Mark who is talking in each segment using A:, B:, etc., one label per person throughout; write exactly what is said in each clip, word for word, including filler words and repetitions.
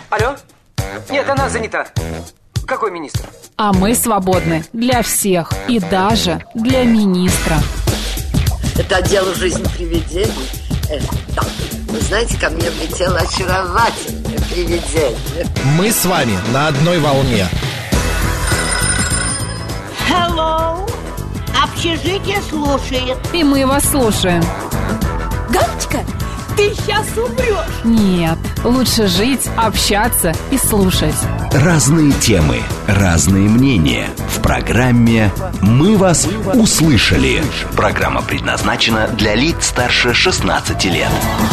A: Алло? Нет, она занята. Какой министр?
B: А мы свободны для всех и даже для министра.
C: Это дело жизни привидений. Э, да. Вы знаете, ко мне влетело очаровательное привидение.
D: Мы с вами на одной волне.
E: Hello. Общежитие слушает.
B: И мы вас слушаем.
E: Галочка, ты сейчас умрешь.
B: Нет, лучше жить, общаться и слушать.
F: Разные темы, разные мнения. В программе «Мы вас услышали». Программа предназначена для лиц старше шестнадцати лет.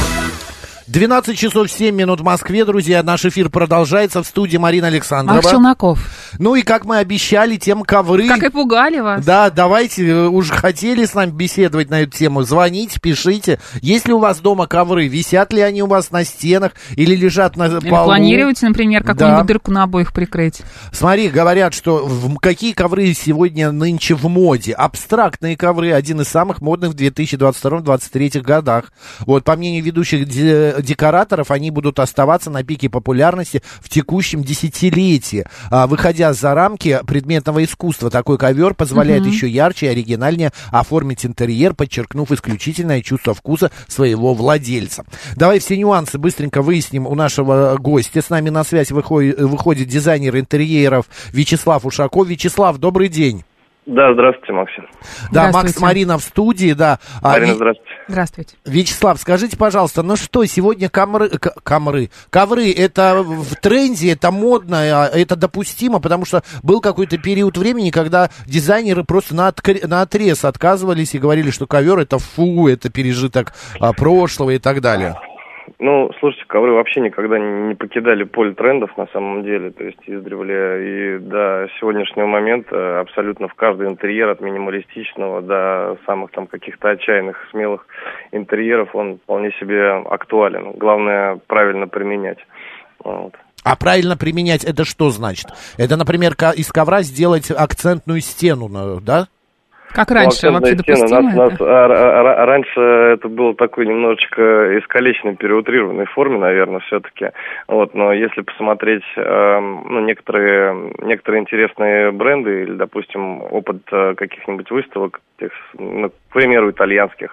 D: двенадцать часов семь минут в Москве, друзья. Наш эфир продолжается. В студии Марина Александрова.
B: Марк Челноков.
D: Ну и, как мы обещали, тема ковры.
B: Как и пугали вас.
D: Да, давайте, уже хотели с нами беседовать на эту тему. Звоните, пишите. Есть ли у вас дома ковры? Висят ли они у вас на стенах или лежат на
B: или
D: полу?
B: Планируете, например, какую-нибудь
D: да.
B: дырку на обоих прикрыть?
D: Смотри, говорят, что в, какие ковры сегодня нынче в моде. Абстрактные ковры, один из самых модных в две тысячи двадцать втором — две тысячи двадцать третьем годах. Вот, по мнению ведущих декораторов, они будут оставаться на пике популярности в текущем десятилетии. А, выходя за рамки предметного искусства, такой ковер позволяет mm-hmm. еще ярче и оригинальнее оформить интерьер, подчеркнув исключительное чувство вкуса своего владельца. Давай все нюансы быстренько выясним у нашего гостя. С нами на связь выходит, выходит дизайнер интерьеров Вячеслав Ушаков. Вячеслав, добрый день.
G: Да, здравствуйте, Максим.
D: Да, Макс, Марина в студии, да.
G: Марина,
D: а,
G: здравствуйте.
B: Здравствуйте.
D: Вячеслав, скажите, пожалуйста, ну что, сегодня камры, к- камры, ковры, это в тренде, это модно, это допустимо, потому что был какой-то период времени, когда дизайнеры просто на, откр- на отрез отказывались и говорили, что ковер это фу, это пережиток а, прошлого и так далее.
G: Ну, слушайте, ковры вообще никогда не покидали поле трендов на самом деле, то есть издревле, и до сегодняшнего момента абсолютно в каждый интерьер, от минималистичного до самых там каких-то отчаянных, смелых интерьеров, он вполне себе актуален. Главное правильно применять. Вот.
D: А правильно применять это что значит? Это, например, из ковра сделать акцентную стену, да?
B: Как раньше, вообще допустимо
G: нас, нас, а, а, а, раньше это было такой немножечко искалеченной, переутрированной форме, наверное, все-таки. Вот, но если посмотреть э, ну, некоторые, некоторые интересные бренды, или, допустим, опыт э, каких-нибудь выставок, тех, ну, к примеру, итальянских,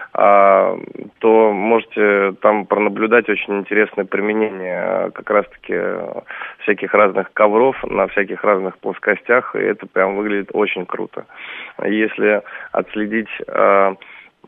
G: э, то можете там пронаблюдать очень интересное применение как раз-таки всяких разных ковров на всяких разных плоскостях, и это прям выглядит очень круто. Если отследить э,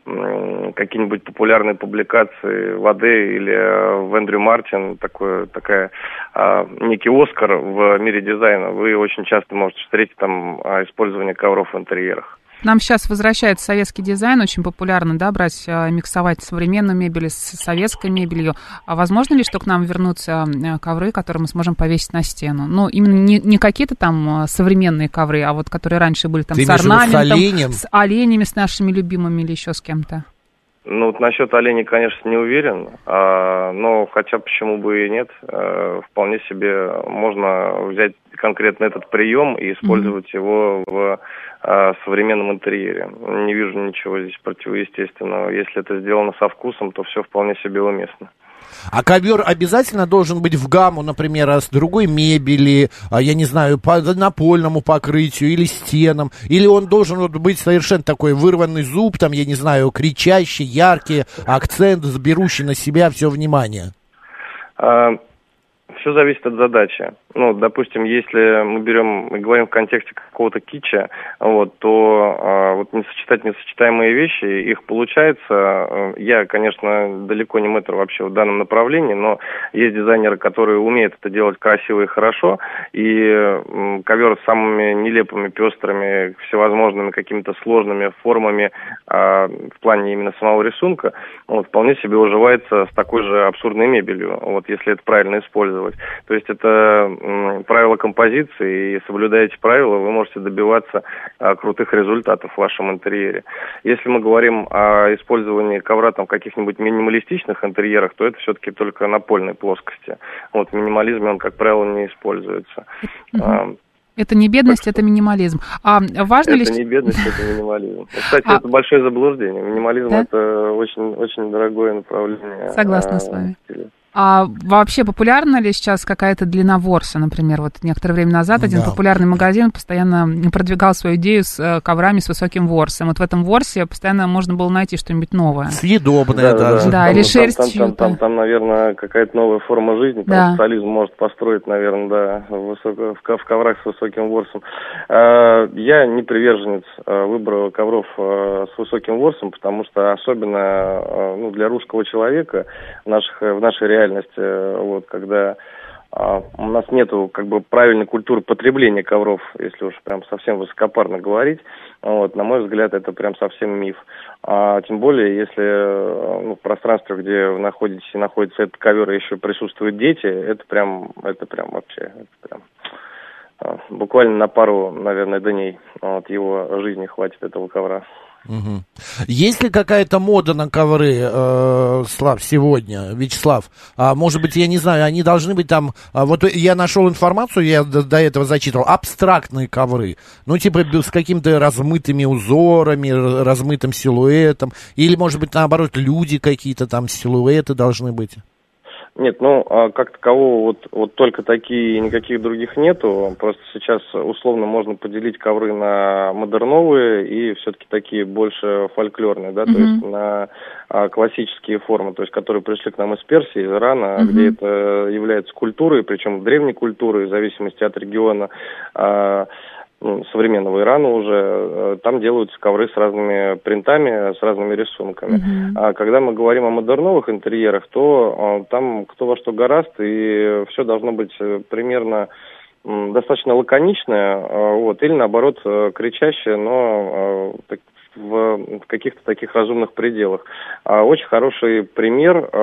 G: э, какие-нибудь популярные публикации в АД или э, в Эндрю Мартин, такой, такая, э, некий Оскар в мире дизайна, вы очень часто можете встретить там э, использование ковров в интерьерах.
B: Нам сейчас возвращается советский дизайн, очень популярно, да, брать, миксовать современную мебель с советской мебелью. А возможно ли, что к нам вернутся ковры, которые мы сможем повесить на стену? Ну, именно не, не какие-то там современные ковры, а вот которые раньше были там
D: Ты
B: с орнаментом,
D: с оленем?
B: с оленями, с нашими любимыми или еще с кем-то.
G: Ну, вот насчет оленей, конечно, не уверен, а, но хотя почему бы и нет, а, вполне себе можно взять конкретно этот прием и использовать mm-hmm. его в а, современном интерьере. Не вижу ничего здесь противоестественного. Если это сделано со вкусом, то все вполне себе уместно.
D: А ковер обязательно должен быть в гамму, например, с другой мебели, я не знаю, по напольному покрытию или стенам, или он должен вот быть совершенно такой вырванный зуб, там, я не знаю, кричащий, яркий, акцент, берущий на себя все внимание? А...
G: Все зависит от задачи. Ну, допустим, если мы берем и говорим в контексте какого-то китча, вот, то а, вот не сочетать несочетаемые вещи, их получается. Я, конечно, далеко не мэтр вообще в данном направлении, но есть дизайнеры, которые умеют это делать красиво и хорошо, и м, ковер с самыми нелепыми, пестрыми, всевозможными какими-то сложными формами а, в плане именно самого рисунка, вот, вполне себе уживается с такой же абсурдной мебелью, вот, если это правильно использовать. То есть это м, правило композиции, и соблюдая эти правила, вы можете добиваться а, крутых результатов в вашем интерьере. Если мы говорим о использовании ковра там, в каких-нибудь минималистичных интерьерах, то это все-таки только на напольной плоскости. Вот в минимализме он, как правило, не используется.
B: А, это не бедность, так, это минимализм. А важно
G: это
B: ли...
G: не бедность, это минимализм. Кстати,
B: а...
G: это большое заблуждение. Минимализм, да? Это очень, очень дорогое направление.
B: Согласна а, с вами. А вообще популярна ли сейчас какая-то длина ворса, например? Вот некоторое время назад один
D: Да.
B: популярный магазин постоянно продвигал свою идею с э, коврами с высоким ворсом. Вот в этом ворсе постоянно можно было найти что-нибудь новое.
D: Съедобное даже.
B: Да,
G: Там,
B: или
G: там,
B: шерсть
G: там, там,
B: чью-то.
G: там, там, наверное, какая-то новая форма жизни. Там
B: Да.
G: социализм может построить, наверное, да, высоко, в, ко- в коврах с высоким ворсом. Э, Я не приверженец э, выбора ковров э, с высоким ворсом, потому что особенно э, ну, для русского человека в, наших, в нашей реальности, э, вот, когда а, у нас нету как бы правильной культуры потребления ковров, если уж прям совсем высокопарно говорить. Вот, на мой взгляд, это прям совсем миф. А, тем более, если ну, в пространстве, где вы находитесь и находится этот ковер, и еще присутствуют дети, это прям, это прям вообще, это прям а, буквально на пару, наверное, дней вот, его жизни хватит этого ковра.
D: Мгм. Есть ли какая-то мода на ковры, э, Слав, сегодня, Вячеслав? А, может быть, я не знаю, они должны быть там... а, вот я нашел информацию, я до, до этого зачитывал, абстрактные ковры. Ну, типа с какими-то размытыми узорами, р- размытым силуэтом. Или, может быть, наоборот, люди какие-то там, силуэты должны быть.
G: Нет, ну, а как такового вот, вот только такие, никаких других нету. Просто сейчас условно можно поделить ковры на модерновые и все-таки такие больше фольклорные, да,
B: Мгм.
G: то есть на а, классические формы, то есть которые пришли к нам из Персии, из Ирана,
B: Мгм.
G: где это является культурой, причем древней культурой, в зависимости от региона. а, ну, современного Ирана уже, э, там делаются ковры с разными принтами, с разными рисунками.
B: Мгм.
G: А когда мы говорим о модерновых интерьерах, то э, там кто во что гораст, и все должно быть э, примерно м, достаточно лаконичное, э, вот, или наоборот э, кричащее, но э, так- в, в каких-то таких разумных пределах. А, очень хороший пример, э,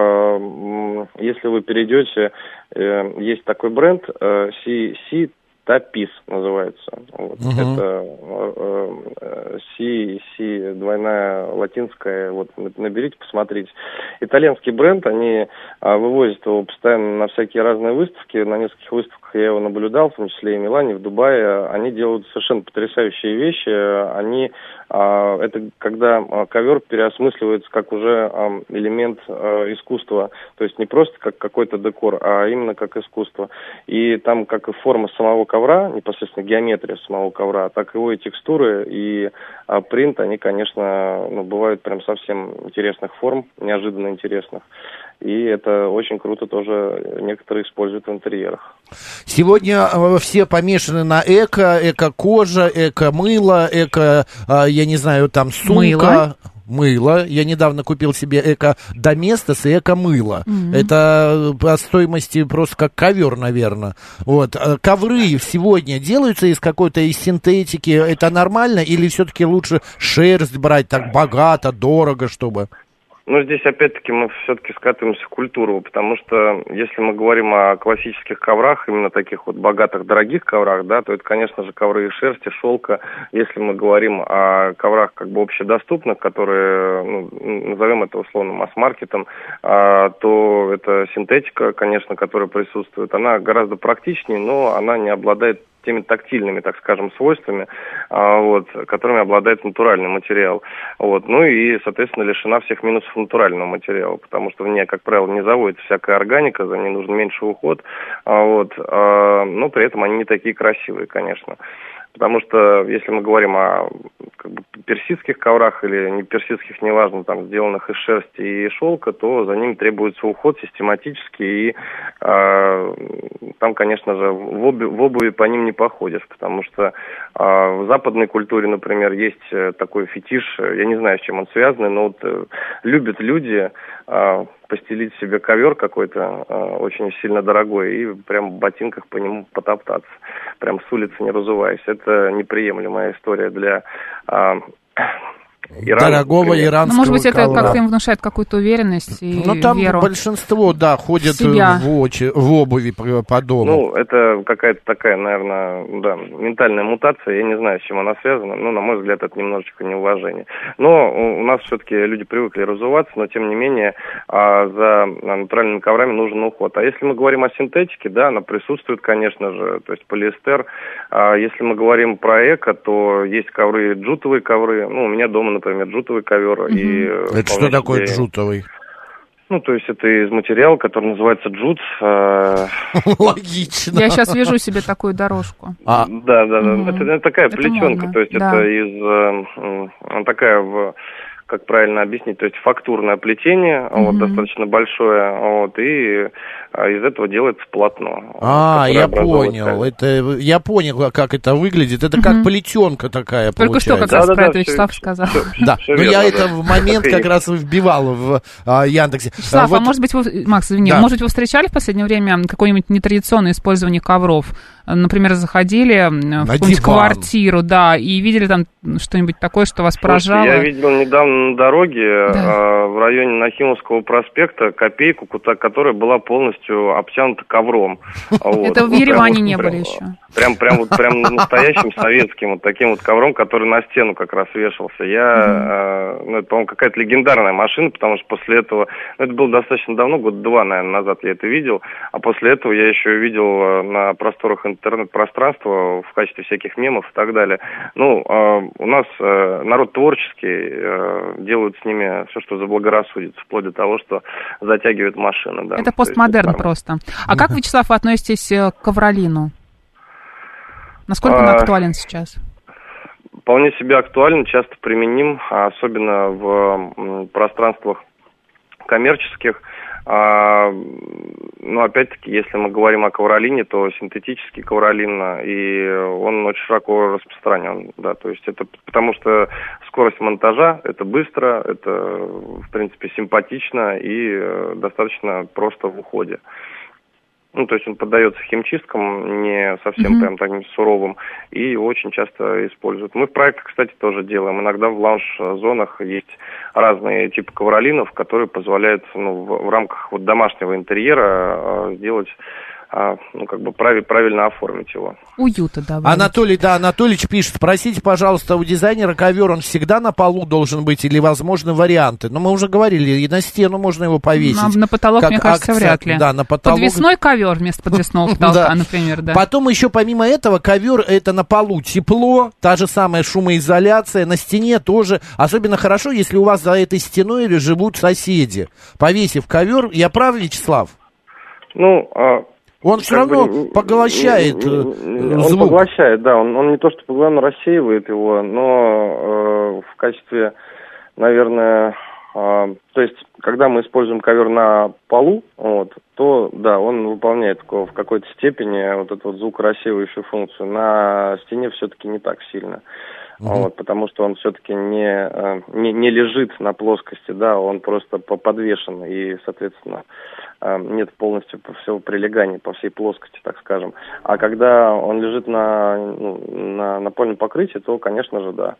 G: м, если вы перейдете, э, есть такой бренд э, си си Тапис называется. Вот.
D: Мгм.
G: Это э, э, Си, Си, двойная латинская. Вот, наберите, посмотрите. Итальянский бренд, они а, вывозят его постоянно на всякие разные выставки. На нескольких выставках я его наблюдал, в том числе и в Милане, в Дубае. Они делают совершенно потрясающие вещи. Они, а, это когда а, ковер переосмысливается как уже а, элемент а, искусства. То есть не просто как какой-то декор, а именно как искусство. И там как и форма самого ковра, непосредственно геометрия самого ковра, так его и текстуры, и а, принт, они, конечно, ну, бывают прям совсем интересных форм, неожиданно интересных. И это очень круто тоже некоторые используют в интерьерах.
D: Сегодня э, все помешаны на эко, эко-кожа, эко-мыло, эко, э, я не знаю, там сумка.
B: Мыло.
D: Мыло. Я недавно купил себе эко-доместос и эко-мыло.
B: Мгм.
D: Это по стоимости просто как ковер, наверное. Вот. Э, Ковры сегодня делаются из какой-то из синтетики. Это нормально? Или все-таки лучше шерсть брать так богато, дорого, чтобы...
G: Ну, здесь, опять-таки, мы все-таки скатываемся в культуру, потому что, если мы говорим о классических коврах, именно таких вот богатых, дорогих коврах, да, то это, конечно же, ковры из шерсти, шелка. Если мы говорим о коврах как бы общедоступных, которые, ну, назовем это условно масс-маркетом, а, то это синтетика, конечно, которая присутствует. Она гораздо практичнее, но она не обладает теми тактильными, так скажем, свойствами, а, вот, которыми обладает натуральный материал. Вот. Ну и, соответственно, лишена всех минусов натурального материала, потому что в ней, как правило, не заводится всякая органика, за ней нужен меньше уход, а, вот, а, но при этом они не такие красивые, конечно. Потому что, если мы говорим о как бы, персидских коврах или не персидских, неважно, там, сделанных из шерсти и шелка, то за ними требуется уход систематический, и э, там, конечно же, в, обу- в обуви по ним не походишь, потому что э, в западной культуре, например, есть такой фетиш, я не знаю, с чем он связан, но вот э, любят люди э, постелить себе ковер какой-то э, очень сильно дорогой и прям в ботинках по нему потоптаться, прям с улицы не разуваясь. Это неприемлемая история для э, Ирана,
D: Дорогого
G: например.
D: иранского
B: Ну, может быть, это
D: ковра.
B: как-то им внушает какую-то уверенность и
D: Ну, там
B: веру.
D: большинство, да, ходят
B: себя.
D: в, очи- в обуви по, по дому.
G: Ну, это какая-то такая, наверное, да, ментальная мутация. Я не знаю, с чем она связана. Но, на мой взгляд, это немножечко неуважение. Но у у нас все-таки люди привыкли разуваться, но, тем не менее, а, за натуральными коврами нужен уход. А если мы говорим о синтетике, да, она присутствует, конечно же. То есть полиэстер. А если мы говорим про эко, то есть ковры, джутовые ковры. Ну, у меня дома, например, джутовый ковер. И
D: Это что
G: вполне
D: такое
G: себе-
D: джутовый?
G: Ну, то есть это из материала, который называется джутс.
D: Логично.
B: Я сейчас вижу себе такую дорожку.
G: Да, да, да. Это такая плетенка, то есть это из такая, как правильно объяснить, то есть фактурное плетение, вот, достаточно большое, вот, и из этого делается полотно.
D: А, я понял, это, я понял, как это выглядит, это как плетенка такая
B: Только
D: получается.
B: что как раз про это Вячеслав сказал.
D: Да, но я это в момент как раз вбивал в Яндексе.
B: Вячеслав, а может быть, вы, Макс, извини, может быть, вы встречали в последнее время какое-нибудь нетрадиционное использование ковров? Например, заходили в какую-нибудь квартиру, да, и видели там что-нибудь такое, что вас поражало?
G: Я видел недавно на дороге, да. в районе Нахимовского проспекта, копейку, которая была полностью обтянута ковром.
B: Это в Ереване не были еще.
G: Прям, прям, вот, прям настоящим советским вот таким вот ковром, который на стену как раз вешался. Я, ну, это, по-моему, какая-то легендарная машина, потому что после этого, ну, это было достаточно давно, год два, наверное, назад я это видел, а после этого я еще видел на просторах интернет-пространства в качестве всяких мемов и так далее. Ну, у нас народ творческий, делают с ними все, что заблагорассудится, вплоть до того, что затягивают машины. Да.
B: Это постмодерн это просто. А как, Вячеслав, вы относитесь к ковролину? Насколько он а, актуален сейчас?
G: Вполне себе актуален, часто применим, особенно в пространствах коммерческих. А, ну, опять-таки, если мы говорим о ковролине, то синтетический ковролин, и он очень широко распространен, да, то есть это потому что скорость монтажа, это быстро, это, в принципе, симпатично и достаточно просто в уходе. Ну, то есть он поддается химчисткам, не совсем mm-hmm. прям таким суровым, и его очень часто используют. Мы в проектах, кстати, тоже делаем. Иногда в лаунж-зонах есть разные типы ковролинов, которые позволяют, ну, в, в рамках вот домашнего интерьера э, сделать, э, ну, как бы прав, правильно оформить его.
B: Уюта, да.
D: Анатолий, да, Анатольевич пишет, спросите, пожалуйста, у дизайнера ковер, он всегда на полу должен быть или возможны варианты? Но мы уже говорили, и на стену можно его повесить.
B: На, на потолок,
D: как
B: мне кажется,
D: акцент,
B: вряд ли.
D: Да, на потолок.
B: Подвесной ковер вместо подвесного потолка, например, да.
D: Потом еще помимо этого ковер это на полу тепло, та же самая шумоизоляция, на стене тоже. Особенно хорошо, если у вас за этой стеной живут соседи. Повесив ковер, я прав, Вячеслав?
G: Ну, а...
D: Он все как равно бы, поглощает
G: он
D: звук.
G: Он поглощает, да. Он, он не то, что поглощает, он рассеивает его, но э, в качестве, наверное... Э, то есть, когда мы используем ковер на полу, вот, то, да, он выполняет в какой-то степени вот эту вот звукорассеивающую функцию. На стене все-таки не так сильно. Uh-huh. Вот, потому что он все-таки не, не, не лежит на плоскости, да, он просто подвешен, и, соответственно, нет полностью по всего прилегания, по всей плоскости, так скажем. А когда он лежит на, ну, на напольном покрытии, то, конечно же, да.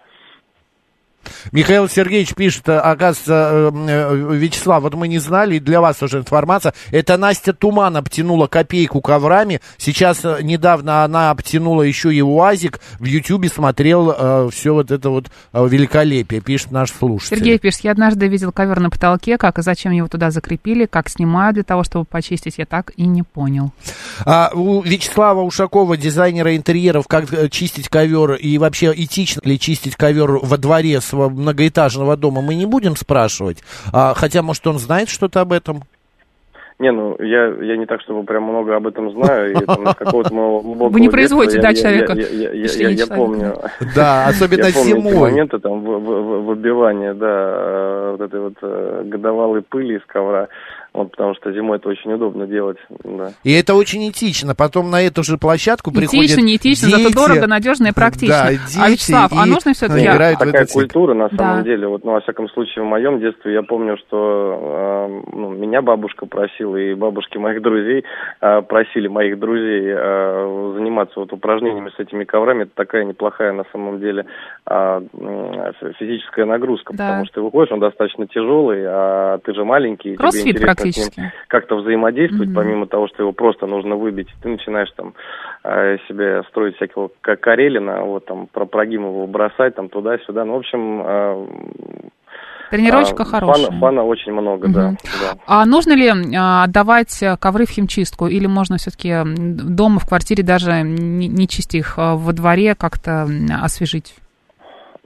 D: Михаил Сергеевич пишет, оказывается, Вячеслав, вот мы не знали, и для вас уже информация, это Настя Туман обтянула копейку коврами, сейчас недавно она обтянула еще и УАЗик, в Ютьюбе смотрел э, все вот это вот великолепие, пишет наш слушатель.
B: Сергей пишет, я однажды видел ковер на потолке, как и зачем его туда закрепили, как снимают для того, чтобы почистить, я так и не понял.
D: А у Вячеслава Ушакова, дизайнера интерьеров, как чистить ковер и вообще этично ли чистить ковер во дворе своего многоэтажного дома, мы не будем спрашивать, а, хотя, может, он знает что-то об этом?
G: Не, ну, я, я не так, чтобы прям много об этом знаю, и там из какого-то моего глубокого
B: Вы не производите,
G: детства,
B: да, человека?
G: Я, я, я, я, я, я помню.
D: Да, особенно зимой.
G: Я помню эти моменты там выбивания, да, вот этой вот годовалой пыли из ковра. Вот, потому что зимой это очень удобно делать, да.
D: И это очень этично. Потом на эту же площадку
B: этично,
D: приходят
B: Этично, не этично,
D: дети.
B: зато дорого, надежно и практично.
D: Да, дети,
B: а, Вячеслав, а нужно все-таки...
G: Такая культура, на самом
B: да.
G: деле. Вот, ну, во всяком случае, в моем детстве я помню, что э, ну, меня бабушка просила, и бабушки моих друзей э, просили моих друзей э, заниматься вот упражнениями с этими коврами. Это такая неплохая, на самом деле, э, физическая нагрузка,
B: да.
G: потому что ты выходишь, он достаточно тяжелый, а ты же маленький.
B: Кроссфит практически.
G: Как-то взаимодействовать,
B: mm-hmm.
G: помимо того, что его просто нужно выбить, ты начинаешь там э, себе строить всякого как Карелина, вот там про прогим его бросать там туда-сюда. Ну, в общем, э,
B: тренировочка э, хорошая.
G: Фана, фана очень много, mm-hmm. да, да.
B: А нужно ли э, отдавать ковры в химчистку, или можно все-таки дома, в квартире даже не, не чистить их, во дворе как-то освежить?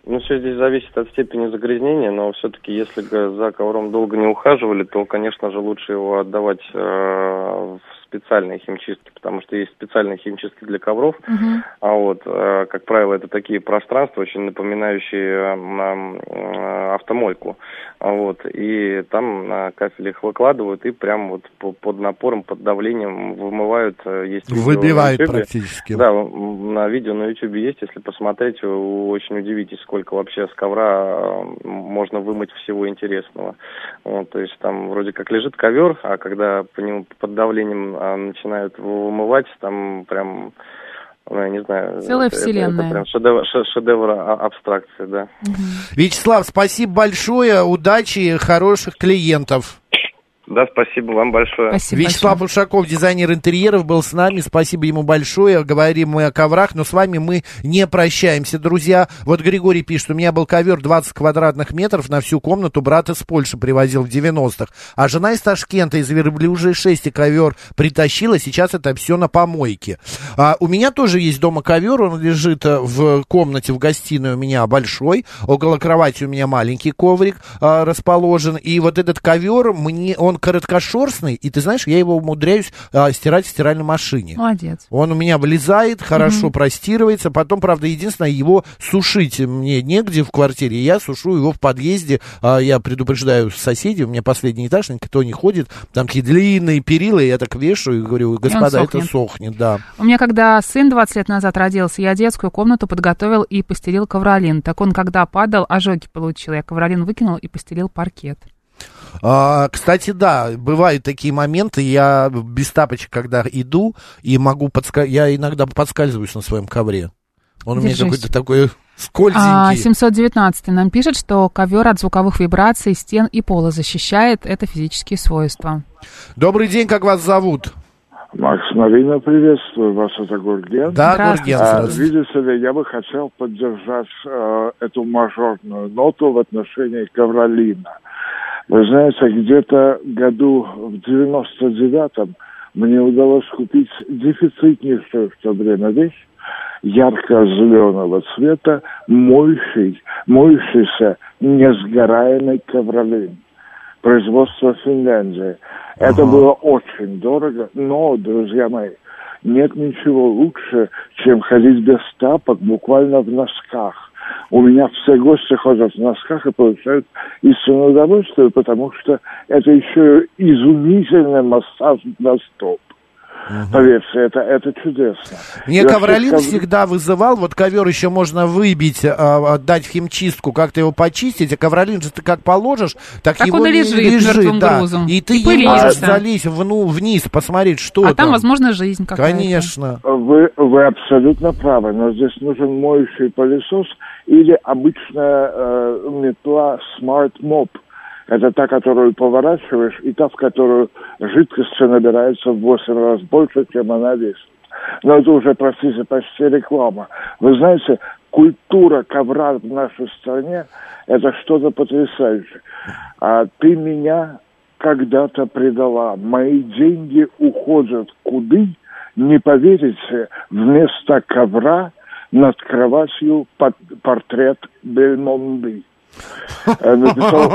G: Ну, все здесь зависит от степени загрязнения, но все-таки, если за ковром долго не ухаживали, то, конечно же, лучше его отдавать э, в специальные химчистки, потому что есть специальные химчистки для ковров, uh-huh. а вот, э, как правило, это такие пространства, очень напоминающие э, э, автомойку, вот, и там на кафеле их выкладывают и прям вот по, под напором, под давлением вымывают. Есть
D: выбивают практически.
G: Да, на видео на ютубе есть, если посмотреть, вы очень удивитесь, сколько вообще с ковра можно вымыть всего интересного. Вот, то есть там вроде как лежит ковер, а когда по нему под давлением начинают вымывать, там прям, ну, я не знаю.
B: Целая
G: это,
B: вселенная.
G: Это, это прям шедевр, шедевр абстракции, да.
B: Угу.
D: Вячеслав, спасибо большое, удачи и хороших клиентов.
G: Да, спасибо вам большое.
B: Спасибо
D: Вячеслав
B: большое.
D: Ушаков, дизайнер интерьеров, был с нами. Спасибо ему большое. Говорим мы о коврах, но с вами мы не прощаемся, друзья. Вот Григорий пишет, у меня был ковер двадцать квадратных метров на всю комнату, брат из Польши привозил в девяностых. А жена из Ташкента, из Верблюжьей шести ковер притащила, сейчас это все на помойке. А, у меня тоже есть дома ковер, он лежит в комнате, в гостиной у меня большой. Около кровати у меня маленький коврик а, расположен. И вот этот ковер, мне, он короткошерстный, и ты знаешь, я его умудряюсь а, стирать в стиральной машине.
B: Молодец.
D: Он у меня вылезает, хорошо mm-hmm. простирывается, потом, правда, единственное, его сушить мне негде в квартире, я сушу его в подъезде, а, я предупреждаю соседей, у меня последний этаж, никто не ходит, там такие длинные перила, я так вешаю и говорю, господа, это сохнет, да.
B: У меня, когда сын двадцать лет назад родился, я детскую комнату подготовил и постелил ковролин, так он, когда падал, ожоги получил, я ковролин выкинул и постелил паркет.
D: А, кстати, да, бывают такие моменты, я без тапочек, когда иду, и могу подскользываться, я иногда подскальзываюсь на своем ковре. Он
B: Держись.
D: у меня какой-то такой скользенький.
B: А, семьсот девятнадцать нам пишет, что ковер от звуковых вибраций стен и пола защищает, это физические свойства.
D: Добрый день, как вас зовут?
H: Макс, Марина, приветствую вас, это Гурген.
D: Да, Гурген.
H: А, видите ли, я бы хотел поддержать э, эту мажорную ноту в отношении ковролина. Вы знаете, где-то году в девяносто девятом мне удалось купить дефицитнейшую в то время вещь ярко-зеленого цвета, моющий, моющийся несгораемый ковролин. Производство Финляндии. Ага. Это было очень дорого, но, друзья мои, нет ничего лучше, чем ходить без тапок, буквально в носках. У меня все гости ходят в носках и получают истинное удовольствие, потому что это еще изумительный массаж на стоп. Угу. Поверьте, это, это чудесно.
D: Мне ковролин ков... всегда вызывал, вот ковер еще можно выбить, а, отдать в химчистку, как-то его почистить, а ковролин же ты как положишь, так, так его
B: он и лежит,
D: лежит, да.
B: грузом.
D: И ты
B: и
D: не можешь залезть вну, вниз, посмотреть, что
B: а
D: там.
B: А там, возможно, жизнь какая-то.
D: Конечно.
H: Вы, вы абсолютно правы, но здесь нужен моющий пылесос или обычная э, метла Smart Mop. Это та, которую поворачиваешь, и та, в которую жидкости набирается в восемь раз больше, чем она весит. Но это уже, простите, почти реклама. Вы знаете, культура ковра в нашей стране – это что-то потрясающее. А ты меня когда-то предала. Мои деньги уходят куды? Не поверите, вместо ковра над кроватью под портрет Бельмонды. Написал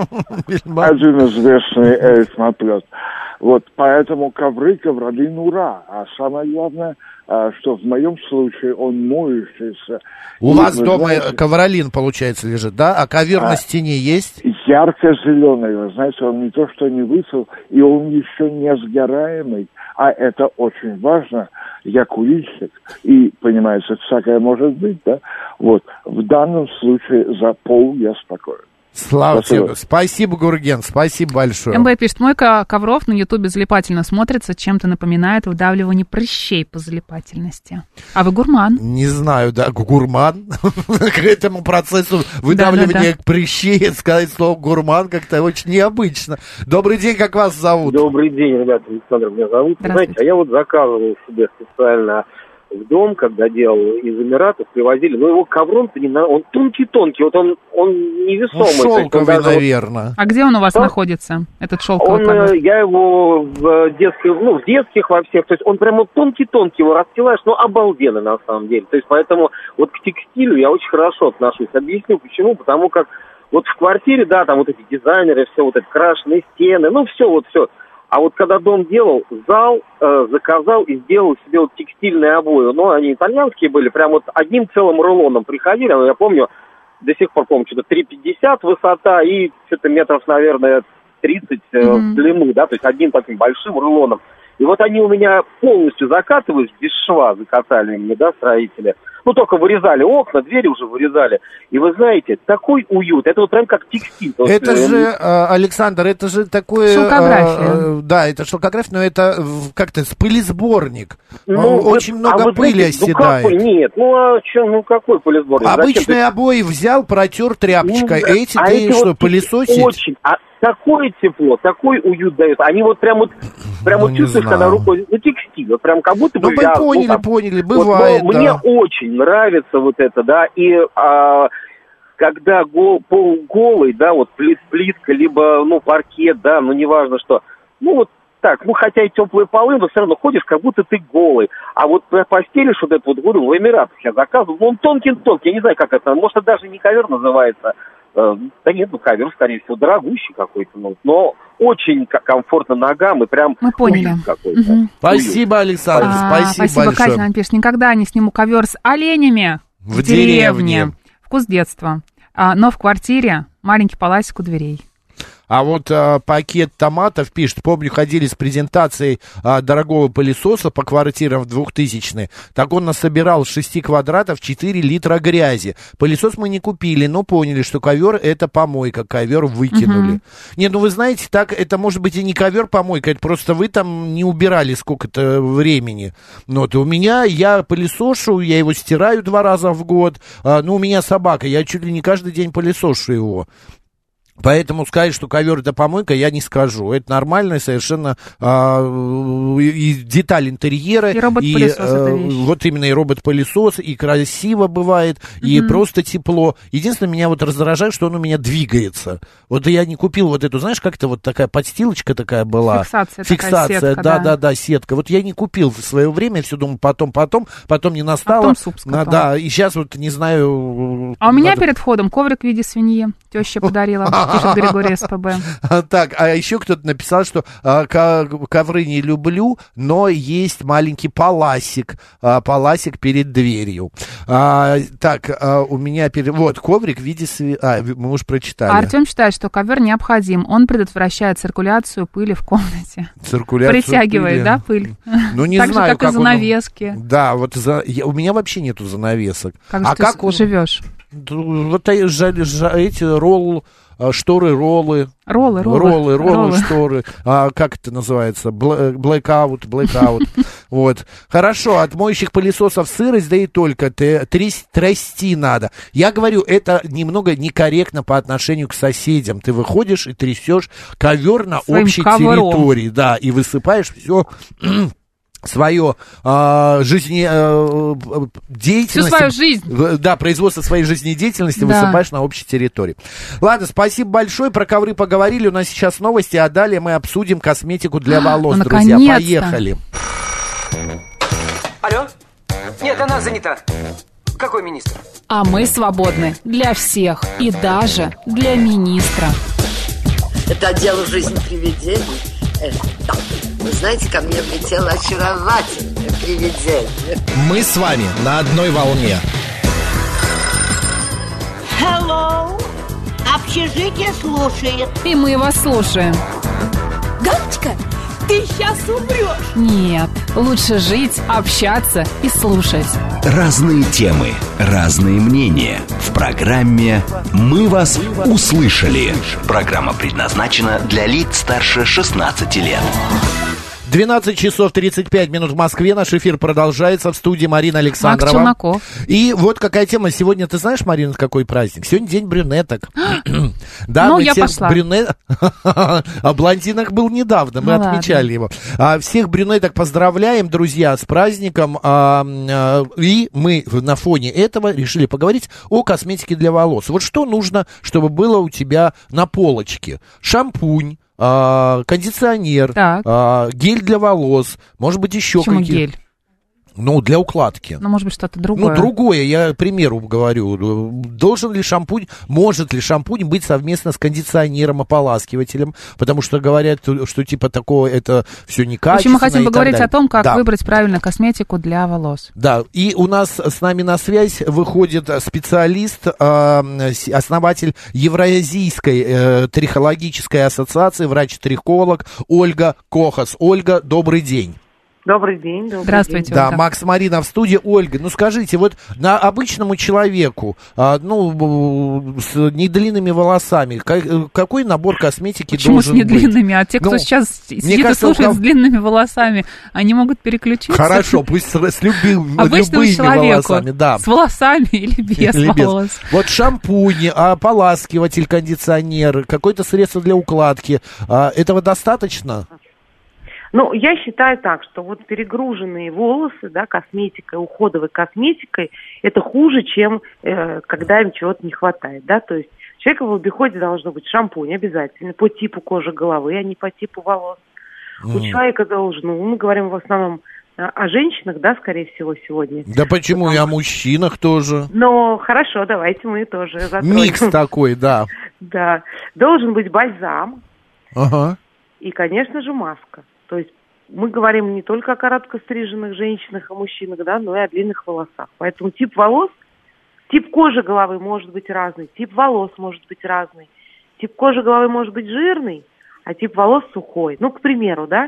H: один известный эльф-моплет. Вот, поэтому ковры, ковролин, ура. А самое главное, что в моем случае он моющийся.
D: У и, вас дома знаете, ковролин, получается, лежит, да? А ковер а, на стене есть?
H: Ярко-зеленый, вы знаете, он не то что не высох, и он еще не сгораемый. А это очень важно. Я курильщик, и, понимаете, всякое может быть, да? Вот, в данном случае за пол я спокоен.
D: Слава тебе. Спасибо, Гурген, спасибо большое.
B: МБ пишет, мойка ковров на ютубе залипательно смотрится, чем-то напоминает выдавливание прыщей по залипательности. А вы гурман?
D: Не знаю, да, гурман. К этому процессу выдавливания прыщей, сказать слово гурман как-то очень необычно. Добрый день, как вас зовут?
I: Добрый день, ребята, Александр меня зовут. Знаете, а я вот заказывал себе специально в дом, когда делал из Эмиратов, привозили, но его ковром-то не на... он тонкий-тонкий, вот он, он невесомый.
D: Ну, шелковый,
I: даже...
D: наверное.
B: А где он у вас
I: Что?
B: находится, этот шелковый
I: Он,
B: ковер?
I: я его в детских, ну, в детских во всех, то есть он прямо тонкий-тонкий, его расстилаешь, ну, обалденно на самом деле. То есть поэтому вот к текстилю я очень хорошо отношусь. Объясню почему, потому как вот в квартире, да, там вот эти дизайнеры, все вот эти крашеные стены, ну, все вот все. А вот когда дом делал, зал э, заказал и сделал себе вот текстильные обои. Ну, они итальянские были, прям вот одним целым рулоном приходили. Я помню, до сих пор помню, что-то три пятьдесят высота и что-то метров, наверное, тридцать э, mm-hmm. в длину, да, то есть одним таким большим рулоном. И вот они у меня полностью закатывались, без шва закатали мне, да, строители. Ну, только вырезали окна, двери уже вырезали. И вы знаете, такой уют. Это вот прям как текстиль.
D: Это вот, же, э, Александр, это же такое...
B: Шелкография.
D: Э, да, это шелкография, но это как-то пылесборник.
I: Ну,
D: очень
I: вы,
D: много
I: а
D: пыли
I: знаете,
D: оседает.
I: Ну, какой? Нет, ну, а что, ну, какой пылесборник?
D: Обычные
I: Зачем?
D: обои взял, протер тряпочкой.
I: Ну,
D: Эти
I: а
D: ты
I: эти
D: что,
I: вот
D: пылесосить?
I: Очень. А такое тепло, такой уют дают. Они вот прям вот, прям
D: ну,
I: вот чувствуешь, когда рукой, ну, текстиль, вот прям как будто бы...
D: Ну,
I: вяз,
D: поняли,
I: ну, там,
D: поняли, бывает,
I: вот,
D: да.
I: Мне очень нравится вот это, да, и а, когда гол, пол голый, да, вот плит, плитка, либо, ну, паркет, да, ну, неважно что, ну, вот так, ну, хотя и теплые полы, но все равно ходишь, как будто ты голый. А вот постелишь вот это вот, говорю, в Эмиратах я заказывал, ну, он тонкий-тонкий, я не знаю, как это, может, это даже не ковер называется. Да нет, ну ковер, скорее всего, дорогущий какой-то, ну, но очень комфортно ногам и прям...
B: Мы поняли.
I: Угу.
D: Спасибо, Александр,
B: а,
D: спасибо,
B: спасибо
D: большое.
B: Катя нам пишет, никогда не сниму ковер с оленями в,
D: в деревне.
B: деревне. Вкус детства. А, но в квартире маленький паласик у дверей.
D: А вот а, пакет томатов пишет, помню, ходили с презентацией а, дорогого пылесоса по квартирам в двухтысячные. Так он насобирал с шести квадратов четыре литра грязи. Пылесос мы не купили, но поняли, что ковер это помойка, ковер выкинули. Uh-huh. Не, ну вы знаете, так это может быть и не ковер-помойка, это просто вы там не убирали сколько-то времени. Ну, вот у меня, я пылесошу, я его стираю два раза в год. А, ну, у меня собака, я чуть ли не каждый день пылесошу его. Поэтому сказать, что ковер это помойка, я не скажу. Это нормальная совершенно а, и деталь интерьера.
B: И робот-пылесос
D: и,
B: это
D: а,
B: вещь.
D: Вот именно и робот-пылесос, и красиво бывает, mm-hmm. и просто тепло. Единственное, меня вот раздражает, что он у меня двигается. Вот я не купил вот эту, знаешь, как-то вот такая подстилочка такая была.
B: Фиксация.
D: Фиксация,
B: такая, сетка,
D: да,
B: да.
D: да, да, сетка. Вот я не купил в свое время, все думаю, потом, потом, потом не настало.
B: Потом суп с котом.
D: Да, и сейчас вот не знаю.
B: А у меня
D: надо...
B: перед входом коврик в виде свиньи. Теща подарила. Пишет Григорий СПБ.
D: Так, а еще кто-то написал, что а, ковры не люблю, но есть маленький паласик, а, паласик перед дверью. А, так, а, у меня перед... Вот, коврик в виде... Сви... А, мы уже прочитали.
B: А Артем считает, что ковер необходим. Он предотвращает циркуляцию пыли в комнате.
D: Циркуляцию
B: Притягивает,
D: пыли.
B: да, пыль?
D: Ну, не
B: так
D: знаю,
B: же, как, как и занавески.
D: Он... Да, вот за... я... у меня вообще нету занавесок.
B: Как
D: а
B: же ты
D: как он...
B: живешь?
D: Вот эти ролл... Шторы, роллы.
B: Роллы, роллы.
D: Роллы, роллы, шторы. А, как это называется? Blackout, blackout. Вот. Хорошо, от моющих пылесосов сырость, да и только. Трясти надо. Я говорю, это немного некорректно по отношению к соседям. Ты выходишь и трясешь ковер на
B: своим
D: общей
B: ковром.
D: территории. Да, и высыпаешь все... свое э, жизни, э, деятельность.
B: Всю свою жизнь.
D: Да, производство своей жизнедеятельности
B: да.
D: высыпаешь на общей территории. Ладно, спасибо большое. Про ковры поговорили. У нас сейчас новости, а далее мы обсудим косметику для волос,
B: ну,
D: друзья. Поехали.
A: Алло? Нет, она занята. Какой министр?
J: А мы свободны для всех и даже для министра.
C: Это дело жизни привидений. Э, да. Вы знаете, ко мне влетело очаровательное привидение.
K: Мы с вами на одной волне.
E: Hello. Общежитие слушает.
J: И мы вас слушаем.
E: Галочка, ты сейчас умрешь.
J: Нет, лучше жить, общаться и слушать.
F: Разные темы, разные мнения. В программе «Мы вас услышали». Программа предназначена для лиц старше шестнадцати лет.
D: двенадцать часов тридцать пять минут в Москве. Наш эфир продолжается. В студии Марина Александрова.
B: Макс Челноков.
D: И вот какая тема сегодня. Ты знаешь, Марина, какой праздник? Сегодня день брюнеток. Да,
B: ну,
D: мы
B: я
D: всех
B: пошла.
D: брюнет... О блондинах был недавно, мы
B: ну,
D: отмечали его. А, всех брюнеток поздравляем, друзья, с праздником. А, а, и мы на фоне этого решили поговорить о косметике для волос. Вот что нужно, чтобы было у тебя на полочке? Шампунь. А, кондиционер, а, гель для волос, может быть, еще
B: Почему
D: какие-то.
B: Гель?
D: Ну, для укладки.
B: Ну, может быть, что-то другое.
D: Ну, другое, я к примеру говорю. Должен ли шампунь, может ли шампунь быть совместно с кондиционером, ополаскивателем? Потому что говорят, что типа такого это все некачественно.
B: В общем, мы хотим поговорить о том, как
D: да.
B: выбрать правильно косметику для волос.
D: Да, и у нас с нами на связь выходит специалист, основатель Евразийской трихологической ассоциации, врач-трихолог Ольга Кохас. Ольга, добрый день.
L: Добрый день. Добрый
B: Здравствуйте,
L: день.
D: Да,
B: Ольга.
D: Макс, Марина в студии. Ольга, ну скажите, вот на обычному человеку, а, ну, с недлинными волосами, как, какой набор косметики
B: Почему
D: должен
B: с недлинными?
D: быть?
B: А те, кто
D: ну,
B: сейчас сидит и
D: кажется,
B: слушает
D: кого...
B: с длинными волосами, они могут переключиться?
D: Хорошо, пусть с, с люби...
B: Обычному
D: любыми
B: человеку,
D: волосами. Да.
B: С волосами или без
D: или без.
B: волос?
D: Вот шампунь, ополаскиватель, кондиционер, какое-то средство для укладки. А, этого достаточно?
L: Ну, я считаю так, что вот перегруженные волосы, да, косметикой, уходовой косметикой, это хуже, чем э, когда им чего-то не хватает, да, то есть у человека в обиходе должно быть шампунь обязательно по типу кожи головы, а не по типу волос. Mm. У человека должен, ну, мы говорим в основном о женщинах, да, скорее всего, сегодня.
D: Да почему, и о мужчинах тоже.
L: Ну, хорошо, давайте мы тоже затронем.
D: Микс такой, да.
L: Да, должен быть бальзам
D: Ага.
L: и, конечно же, маска. То есть мы говорим не только о коротко стриженных женщинах и мужчинах, да, но и о длинных волосах. Поэтому тип волос, тип кожи головы может быть разный, тип волос может быть разный. Тип кожи головы может быть жирный, а тип волос сухой. Ну, к примеру, да.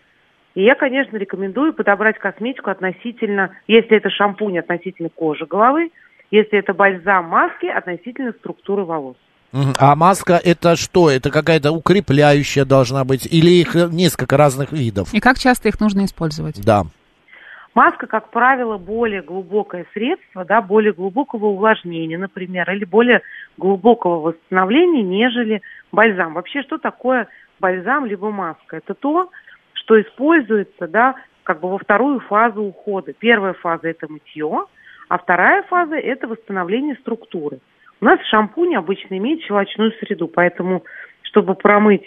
L: И я, конечно, рекомендую подобрать косметику относительно, если это шампунь, относительно кожи головы, если это бальзам, маски, относительно структуры волос.
D: А маска это что? Это какая-то укрепляющая должна быть? Или их несколько разных видов?
B: И как часто их нужно использовать?
D: Да.
L: Маска, как правило, более глубокое средство, да, более глубокого увлажнения, например, или более глубокого восстановления, нежели бальзам. Вообще, что такое бальзам либо маска? Это то, что используется, да, как бы во вторую фазу ухода. Первая фаза – это мытье, а вторая фаза – это восстановление структуры. У нас шампунь обычно имеет щелочную среду, поэтому, чтобы промыть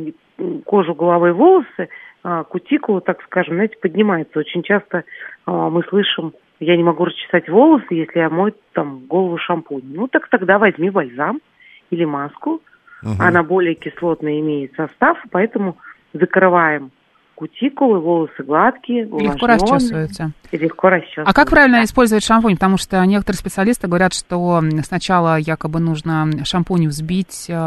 L: кожу головы и волосы, кутикула, так скажем, знаете, поднимается. Очень часто мы слышим, я не могу расчесать волосы, если я мою там голову шампунем. Ну, так тогда возьми бальзам или маску. Угу. Она более кислотная имеет состав, поэтому закрываем кутикулы, волосы гладкие,
B: легко расчесываются.
L: И легко расчесываются.
B: А как правильно использовать шампунь? Потому что некоторые специалисты говорят, что сначала якобы нужно шампунь взбить э,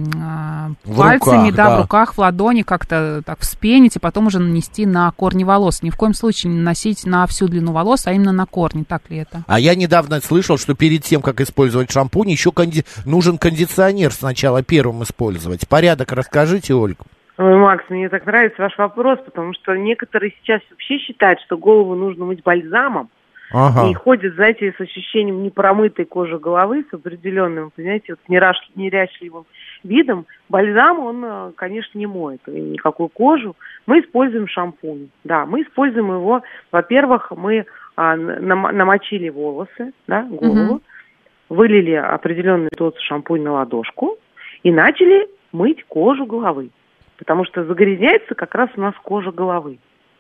B: э, пальцами,
D: руках,
B: да,
D: да,
B: в руках, в ладони, как-то так вспенить, и потом уже нанести на корни волос. Ни в коем случае не наносить на всю длину волос, а именно на корни. Так ли это?
D: А я недавно слышал, что перед тем, как использовать шампунь, еще конди... нужен кондиционер сначала первым использовать. Порядок расскажите, Ольга.
L: Ой, Макс, мне так нравится ваш вопрос, потому что некоторые сейчас вообще считают, что голову нужно мыть бальзамом. Ага. И ходят, знаете, с ощущением непромытой кожи головы, с определенным, понимаете, вот неряшливым видом. Бальзам, он, конечно, не моет никакую кожу. Мы используем шампунь. Да, мы используем его, во-первых, мы а, нам, намочили волосы, да, голову, угу. вылили определенный дозу шампунь на ладошку и начали мыть кожу головы. Потому что загрязняется как раз у нас кожа головы.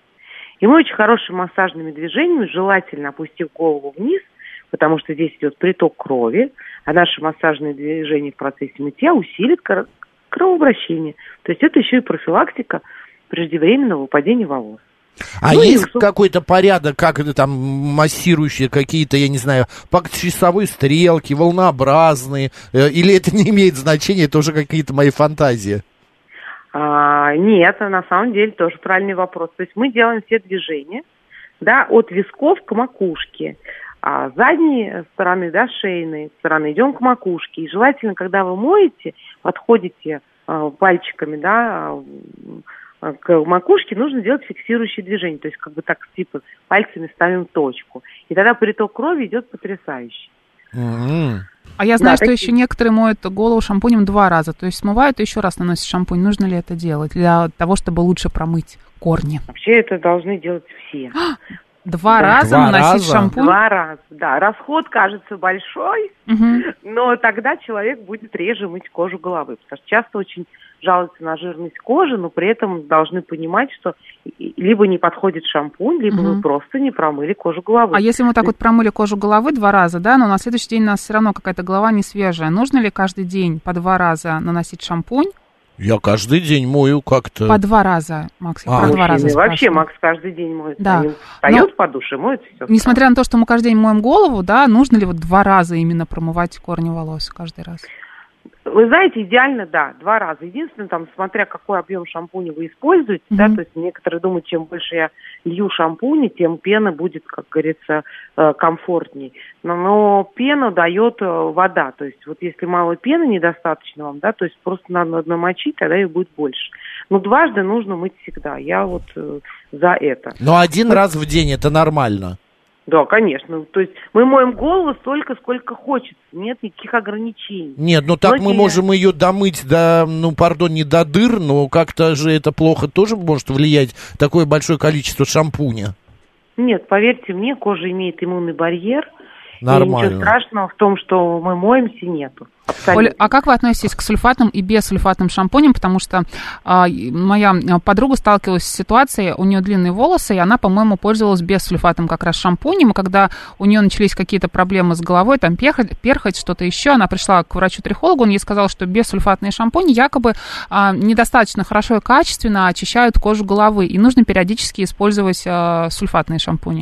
L: И мы очень хорошими массажными движениями, желательно опустив голову вниз, потому что здесь идет приток крови, а наши массажные движения в процессе мытья усилят кровообращение. То есть это еще и профилактика преждевременного выпадения волос.
D: А
L: ну,
D: есть
L: и...
D: какой-то порядок, как это там массирующие какие-то, я не знаю, по часовой стрелке, волнообразные, или это не имеет значения, это уже какие-то мои фантазии?
L: А, нет, на самом деле тоже правильный вопрос. То есть мы делаем все движения, да, от висков к макушке, а с задней стороны, да, шейной стороны идем к макушке. И желательно, когда вы моете, подходите а, пальчиками, да, к макушке, нужно делать фиксирующие движения. То есть как бы так типа пальцами ставим точку. И тогда приток крови идет потрясающе.
B: Mm-hmm. А я знаю, да, что такие... еще некоторые моют голову шампунем два раза. То есть смывают и еще раз наносят шампунь. Нужно ли это делать для того, чтобы лучше промыть корни?
L: Вообще это должны делать все.
B: Два
L: да.
B: раза
L: Два
B: наносить
L: раза?
B: шампунь?
L: Два раза, да. Расход кажется большой, угу. но тогда человек будет реже мыть кожу головы. Потому что часто очень жалуются на жирность кожи, но при этом должны понимать, что либо не подходит шампунь, либо угу. вы просто не промыли кожу головы.
B: А если мы так вот промыли кожу головы два раза, да, но на следующий день у нас все равно какая-то голова не свежая, нужно ли каждый день по два раза наносить шампунь?
D: Я каждый день мою как-то.
B: По два раза, Макс, я а, про два раза
L: вообще Макс каждый день моет.
B: Да.
L: Они встает по душе, моет все.
B: Несмотря на то, что мы каждый день моем голову, да, нужно ли вот два раза именно промывать корни волос каждый раз?
L: Вы знаете, идеально, да, два раза. Единственное, там, смотря какой объем шампуня вы используете, mm-hmm. да, то есть некоторые думают, чем больше я лью шампуня, тем пена будет, как говорится, комфортней. Но, но пену дает вода, то есть вот если мало пены недостаточно вам, да, то есть просто надо намочить, тогда ее будет больше. Но дважды нужно мыть всегда, я вот э, за это.
D: Но один вот. раз в день это нормально?
L: Да, конечно. То есть мы моем голову столько, сколько хочется. Нет никаких ограничений.
D: Нет, ну так но мы не... можем ее домыть до, ну, пардон, не до дыр, но как-то же это плохо тоже может влиять, такое большое количество шампуня.
L: Нет, поверьте мне, кожа имеет иммунный барьер.
D: Нормально.
L: И ничего страшного в том, что мы моемся, нету. Абсолютно.
B: Оль, а как вы относитесь к сульфатным и бессульфатным шампуням? Потому что а, моя подруга сталкивалась с ситуацией, у нее длинные волосы, и она, по-моему, пользовалась бессульфатным как раз шампунем, и когда у нее начались какие-то проблемы с головой, там перхоть, перхоть что-то еще, она пришла к врачу-трихологу, он ей сказал, что бессульфатные шампуни якобы а, недостаточно хорошо и качественно очищают кожу головы, и нужно периодически использовать а, сульфатные шампуни.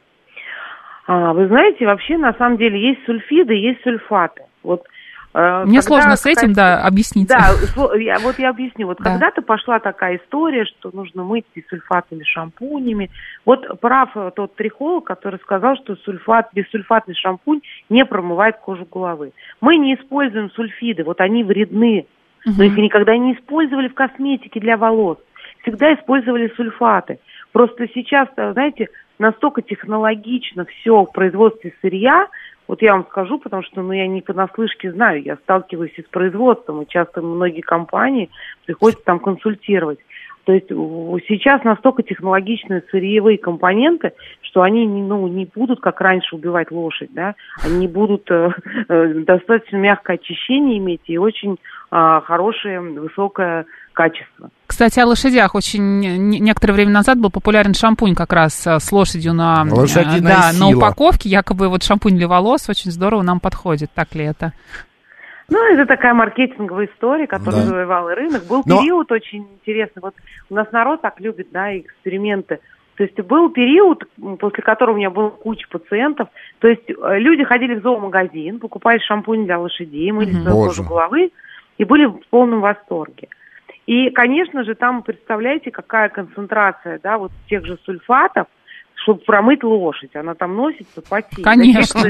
L: А, вы знаете, вообще, на самом деле, есть сульфиды, есть сульфаты. Вот, э,
B: Мне сложно с этим, да, объяснить.
L: Да, я, вот я объясню. Вот
B: да.
L: когда-то пошла такая история, что нужно мыть бессульфатными шампунями. Вот прав тот трихолог, который сказал, что сульфат, бессульфатный шампунь не промывает кожу головы. Мы не используем сульфиды, вот они вредны. Угу. Но их никогда не использовали в косметике для волос. Всегда использовали сульфаты. Просто сейчас, знаете, настолько технологично все в производстве сырья, вот я вам скажу, потому что ну, я не понаслышке знаю, я сталкиваюсь и с производством, и часто многие компании приходится там консультировать. То есть сейчас настолько технологичные сырьевые компоненты, что они ну, не будут, как раньше, убивать лошадь, да, они не будут э, э, достаточно мягкое очищение иметь и очень э, хорошее, высокое качество.
B: Кстати, о лошадях. Очень некоторое время назад был популярен шампунь как раз с лошадью на, да, на упаковке. Якобы вот шампунь для волос очень здорово нам подходит. Так ли это?
L: Ну, это такая маркетинговая история, которая да. завоевала рынок. Был Но... период очень интересный. Вот у нас народ так любит, да, эксперименты. То есть был период, после которого у меня была куча пациентов. То есть люди ходили в зоомагазин, покупали шампунь для лошадей, мыли свою кожу головы и были в полном восторге. И, конечно же, там, представляете, какая концентрация, да, вот тех же сульфатов, чтобы промыть лошадь. Она там носится, потеет.
B: Конечно.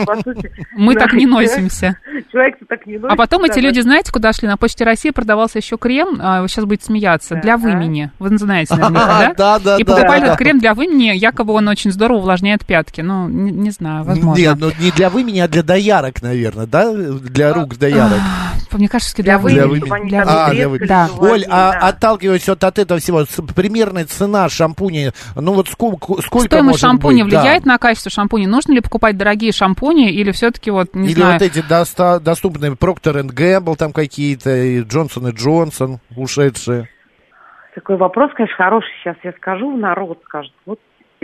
B: Мы так не носимся.
L: Человек-то так не носится.
B: А потом эти люди, знаете, куда шли? На Почте России продавался еще крем, вы сейчас будете смеяться, для вымени. Вы знаете, наверняка, да?
D: Да, да,
B: И покупали этот крем для вымени, якобы он очень здорово увлажняет пятки. Ну, не знаю, возможно.
D: Нет, ну не для вымени, а для доярок, наверное, да? Для рук доярок.
B: Мне кажется, для вымени.
D: А, для вымени. Оль, а отталкиваясь от этого всего, примерная цена шампуня, ну вот сколько
B: Стоимость шампуня влияет да. на качество шампуня? Нужно ли покупать дорогие шампуни или все-таки вот, не
D: или
B: знаю...
D: Или вот эти доста- доступные Procter энд Gamble там какие-то, и Johnson энд Johnson ушедшие?
L: Такой вопрос, конечно, хороший. Сейчас я скажу, народ скажет. Вот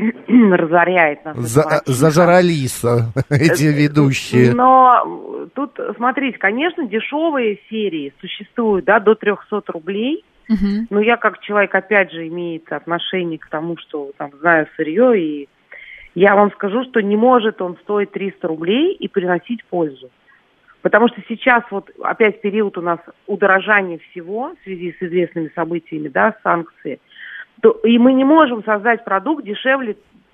L: разоряет нас.
D: За- зажрались эти ведущие.
L: Но тут, смотрите, конечно, дешевые серии существуют, да, до триста рублей. Uh-huh. Но я как человек, опять же, имеет отношение к тому, что там знаю сырье, и я вам скажу, что не может он стоить триста рублей и приносить пользу. Потому что сейчас вот опять период у нас удорожания всего в связи с известными событиями, да, санкции, то, и мы не можем создать продукт дешевле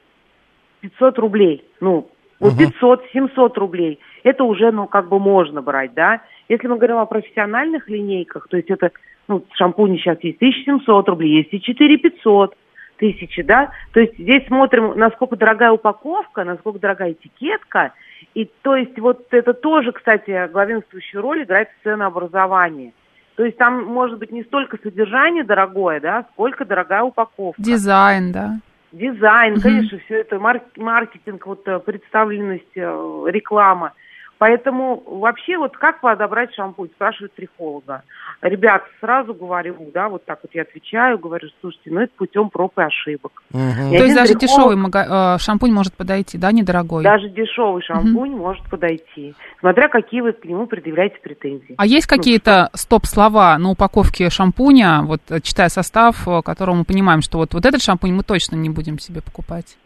L: пятьсот рублей. Ну, вот uh-huh. пятьсот-семьсот рублей. Это уже, ну, как бы можно брать, да. Если мы говорим о профессиональных линейках, то есть это ну, шампуни сейчас есть тысяча семьсот рублей, есть и четыре тысячи пятьсот тысячи, да. То есть здесь смотрим, насколько дорогая упаковка, насколько дорогая этикетка. И то есть вот это тоже, кстати, главенствующую роль играет ценообразование. То есть там может быть не столько содержание дорогое, да, сколько дорогая упаковка.
B: Дизайн, да.
L: Дизайн, конечно, все это, маркетинг, вот представленность, реклама. Поэтому вообще вот как подобрать шампунь, спрашивает трихолога. Ребят, сразу говорю, да, вот так вот я отвечаю, говорю, слушайте, ну это путем проб и ошибок.
B: Угу. То есть даже трихолог... дешевый мага... шампунь может подойти, да, недорогой?
L: Даже дешевый шампунь угу. может подойти, смотря какие вы к нему предъявляете претензии.
B: А есть ну, какие-то что? стоп-слова на упаковке шампуня, вот читая состав, которого мы понимаем, что вот, вот этот шампунь мы точно не будем себе покупать?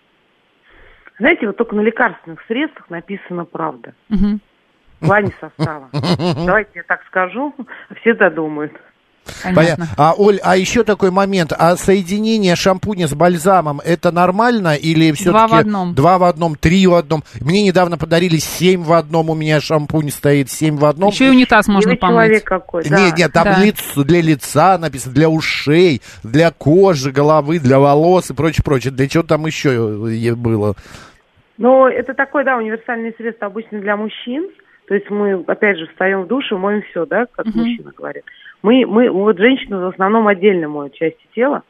L: Знаете, вот только на лекарственных средствах написана правда.
B: Угу.
L: В плане состава. Давайте я так скажу, все додумают.
D: Понятно. А, Оль, а еще такой момент. А соединение шампуня с бальзамом, это нормально или все-таки...
B: Два в одном.
D: Два в одном, три в одном. Мне недавно подарили семь в одном, у меня шампунь стоит семь в одном.
B: Еще и унитаз можно помыть.
L: Человек какой, да.
D: Нет, нет, там
B: да.
D: лицо, для лица написано, для ушей, для кожи, головы, для волос и прочее, прочее. Для чего там еще было?
L: Ну, это такое, да, универсальное средство обычно для мужчин. То есть мы, опять же, встаем в душ и моем все, да, как uh-huh. мужчина говорит. Мы, мы, вот женщины в основном отдельно моют части тела,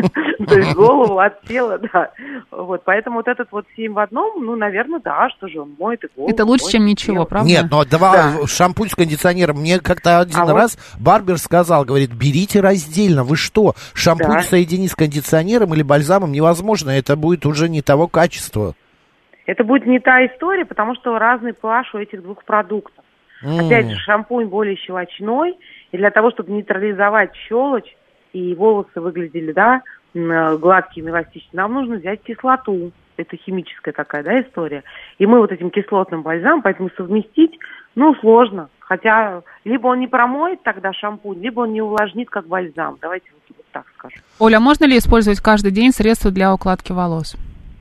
L: то есть голову от тела, да. Вот, поэтому вот этот вот семь в одном, ну, наверное, да, что же он моет и голову.
B: Это лучше, чем ничего, правда?
D: Нет, но два шампунь с кондиционером. Мне как-то один раз барбер сказал, говорит, берите раздельно. Вы что, шампунь соединить с кондиционером или бальзамом невозможно, это будет уже не того качества.
L: Это будет не та история, потому что разный pH у этих двух продуктов. Mm. Опять же, шампунь более щелочной, и для того, чтобы нейтрализовать щелочь, и волосы выглядели, да, гладкими, эластичными, нам нужно взять кислоту. Это химическая такая, да, история. И мы вот этим кислотным бальзамом, поэтому совместить, ну, сложно. Хотя, либо он не промоет тогда шампунь, либо он не увлажнит, как бальзам. Давайте вот, вот так скажем.
B: Оля, можно ли использовать каждый день средства для укладки волос?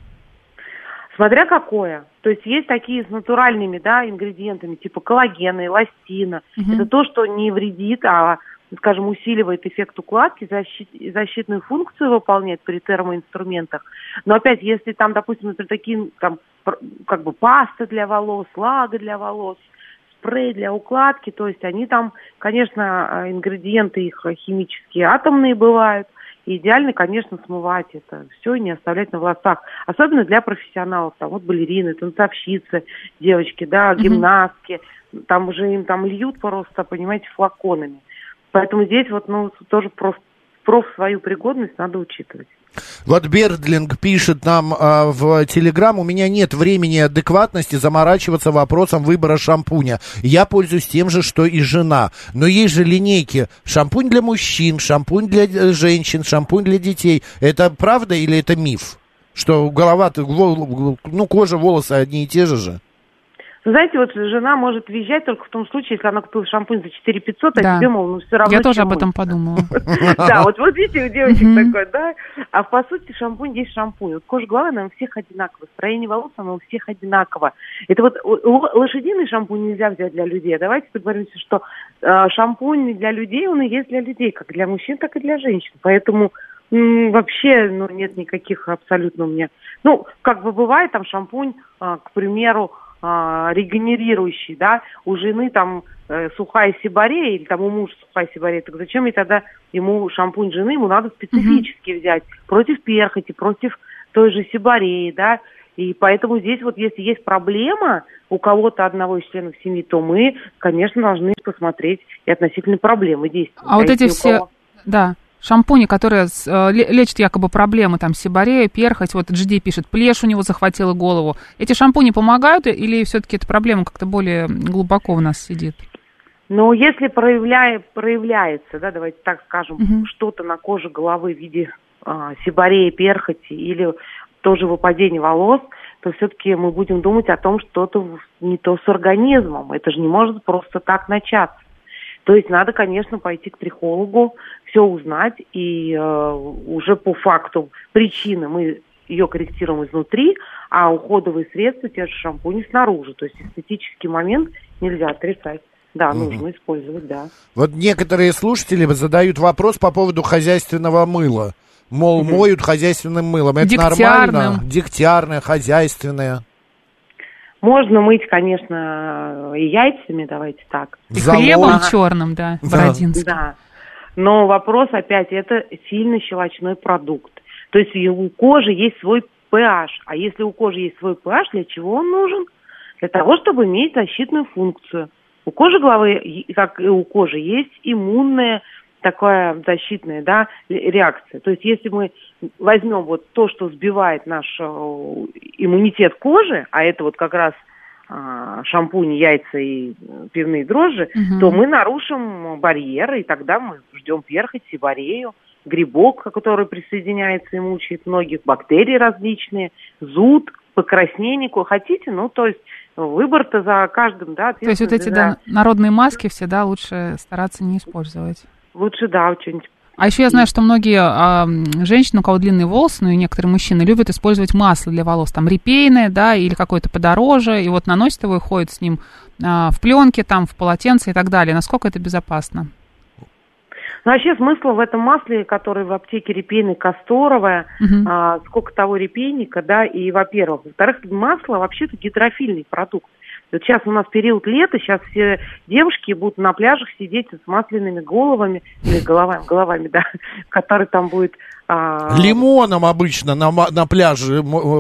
L: Смотря какое. То есть есть такие с натуральными, да, ингредиентами, типа коллагена, эластина. Uh-huh. Это то, что не вредит, а, скажем, усиливает эффект укладки, защит, защитную функцию выполняет при термоинструментах. Но опять, если там, допустим, например, такие, там, как бы паста для волос, лага для волос, спрей для укладки, то есть они там, конечно, ингредиенты их химические, атомные бывают. И идеально, конечно, смывать это все и не оставлять на волосах. Особенно для профессионалов. Там вот балерины, танцовщицы, девочки, да, гимнастки. Mm-hmm. Там уже им там льют просто, понимаете, флаконами. Поэтому здесь вот, ну, тоже просто проф свою пригодность надо учитывать.
D: Вот Бердлинг пишет нам а, в Телеграм, у меня нет времени и адекватности заморачиваться вопросом выбора шампуня. Я пользуюсь тем же, что и жена. Но есть же линейки. Шампунь для мужчин, шампунь для женщин, шампунь для детей. Это правда или это миф? Что голова, ну, кожа, волосы одни и те же же?
L: Знаете, вот жена может въезжать только в том случае, если она купила шампунь за четыре тысячи пятьсот,
B: да.
L: а тебе, мол, ну все равно...
B: Я тоже об этом подумала.
L: Да, вот вот видите, у девочек такое, да? А по сути шампунь есть шампунь. Вот кожа головы, она у всех одинаковая. Строение волос, оно у всех одинаково. Это вот лошадиный шампунь нельзя взять для людей. Давайте договоримся, что шампунь для людей, он и есть для людей, как для мужчин, так и для женщин. Поэтому... Вообще, ну, нет никаких абсолютно у меня... Ну, как бы бывает там шампунь, а, к примеру, а, регенерирующий, да, у жены там э, сухая сибарея или там у мужа сухая сибарея, так зачем ей тогда ему шампунь жены, ему надо специфически mm-hmm. взять против перхоти, против той же сибареи, да, и поэтому здесь вот если есть проблема у кого-то одного из членов семьи, то мы, конечно, должны посмотреть и относительно проблемы действовать.
B: А, а вот эти все, кого... да... Шампуни, которые э, лечат якобы проблемы, там, сибарея, перхоть, вот джи ди пишет, плешь у него захватила голову. Эти шампуни помогают или все-таки эта проблема как-то более глубоко у нас сидит?
L: Ну, если проявляя, проявляется, да, давайте так скажем,
B: угу.
L: что-то на коже головы в виде э, сибареи, перхоти или тоже выпадения волос, то все-таки мы будем думать о том, что что-то не то с организмом. Это же не может просто так начаться. То есть надо, конечно, пойти к трихологу, все узнать, и э, уже по факту причины мы ее корректируем изнутри, а уходовые средства, те же шампуни, снаружи. То есть эстетический момент нельзя отрицать. Да,
D: Угу.
L: нужно использовать, да.
D: Вот некоторые слушатели задают вопрос по поводу хозяйственного мыла. Мол, угу. моют хозяйственным мылом. Это
B: Дегтярным.
D: нормально? Дегтярное, хозяйственное.
L: Можно мыть, конечно, и яйцами, давайте так.
B: И хлебом черным, да, бородинским.
L: Да. Но вопрос опять, это сильно щелочной продукт. То есть у кожи есть свой pH. А если у кожи есть свой pH, для чего он нужен? Для того, чтобы иметь защитную функцию. У кожи головы, как и у кожи, есть иммунная такая защитная, да, реакция. То есть если мы возьмем вот то, что сбивает наш иммунитет кожи, а это вот как раз а, шампунь, яйца и пивные дрожжи, угу. то мы нарушим барьер, и тогда мы ждем перхоть, сиборею, грибок, который присоединяется и мучает многих, бактерии различные, зуд, покраснение, хотите, ну, то есть выбор-то за каждым, да.
B: То есть вот эти, да, народные маски все, да, лучше стараться не использовать.
L: Лучше, да, что-нибудь.
B: А еще я знаю, что многие а, женщины, у кого длинные волосы, ну и некоторые мужчины любят использовать масло для волос, там репейное, да, или какое-то подороже, и вот наносят его и ходят с ним а, в пленке, там, в полотенце и так далее. Насколько это безопасно?
L: Ну, вообще смысла в этом масле, которое в аптеке репейное, касторовое, uh-huh. а, сколько того репейника, да, и, во-первых. Во-вторых, масло вообще-то гидрофильный продукт. Вот сейчас у нас период лета, сейчас все девушки будут на пляжах сидеть с масляными головами, или головами, головами, да, которые там будет... А...
D: Лимоном обычно на, на пляже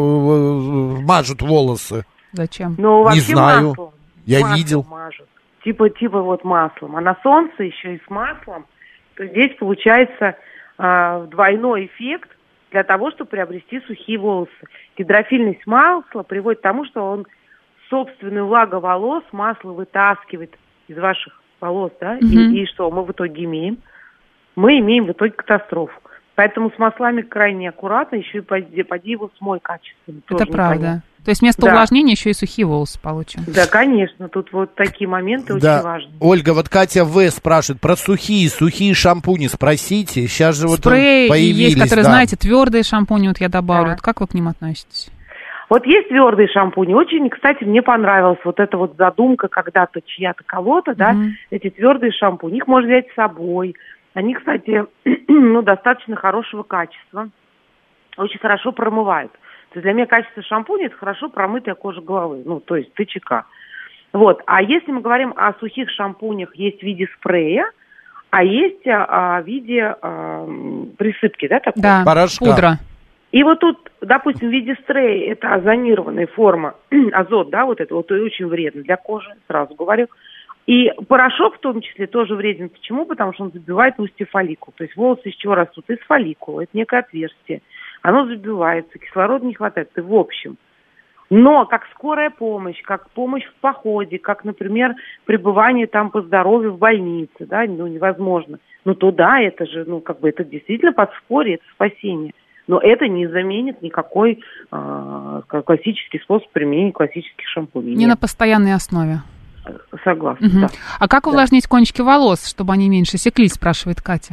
D: мажут волосы.
B: Зачем?
L: Ну, вообще
D: не знаю,
L: маслом.
D: я
L: маслом
D: видел.
L: Мажут. Типа, типа вот маслом. А на солнце еще и с маслом, то здесь получается а, двойной эффект для того, чтобы приобрести сухие волосы. Гидрофильность масла приводит к тому, что он собственную влагу волос, масло вытаскивает из ваших волос, да, угу. и, и что мы в итоге имеем? Мы имеем в итоге катастрофу. Поэтому с маслами крайне аккуратно, еще и поди, поди его смой качественно.
B: Это правда. Непонятно. То есть вместо
L: да.
B: увлажнения еще и сухие волосы получим.
L: Да, конечно, тут вот такие моменты
D: да.
L: очень важны.
D: Ольга, вот Катя В. спрашивает про сухие, сухие шампуни, спросите. Сейчас же
B: Спреи
D: вот появились.
B: есть, которые,
D: да.
B: знаете, твердые шампуни, вот я добавлю.
L: Да.
B: Вот как вы к ним относитесь?
L: Вот есть твердые шампуни. Очень, кстати, мне понравилась вот эта вот задумка когда-то чья-то кого-то, да,
B: mm-hmm.
L: эти твердые шампуни. Их можно взять с собой. Они, кстати, ну, достаточно хорошего качества. Очень хорошо промывают. То есть для меня качество шампуня – это хорошо промытая кожа головы. Ну, то есть ТЧК. Вот. А если мы говорим о сухих шампунях, есть в виде спрея, а есть а, в виде а, присыпки, да, такой?
B: Да,
D: порошка.
B: Пудра.
L: И вот тут, допустим, в виде стрея это озонированная форма, азот, да, вот это вот очень вредно для кожи, сразу говорю. И порошок в том числе тоже вреден. Почему? Потому что он забивает устье фолликул. То есть волосы из чего растут? Из фолликула. Это некое отверстие. Оно забивается, кислорода не хватает. И в общем. Но как скорая помощь, как помощь в походе, как, например, пребывание там по здоровью в больнице, да, ну, невозможно. Ну, то да, это же, ну, как бы, это действительно подспорье, это спасение. Но это не заменит никакой э, классический способ применения классических шампуней.
B: Не Нет. на постоянной основе.
L: Согласна,
B: угу.
L: да.
B: А как увлажнить да. кончики волос, чтобы они меньше секлись, спрашивает Катя.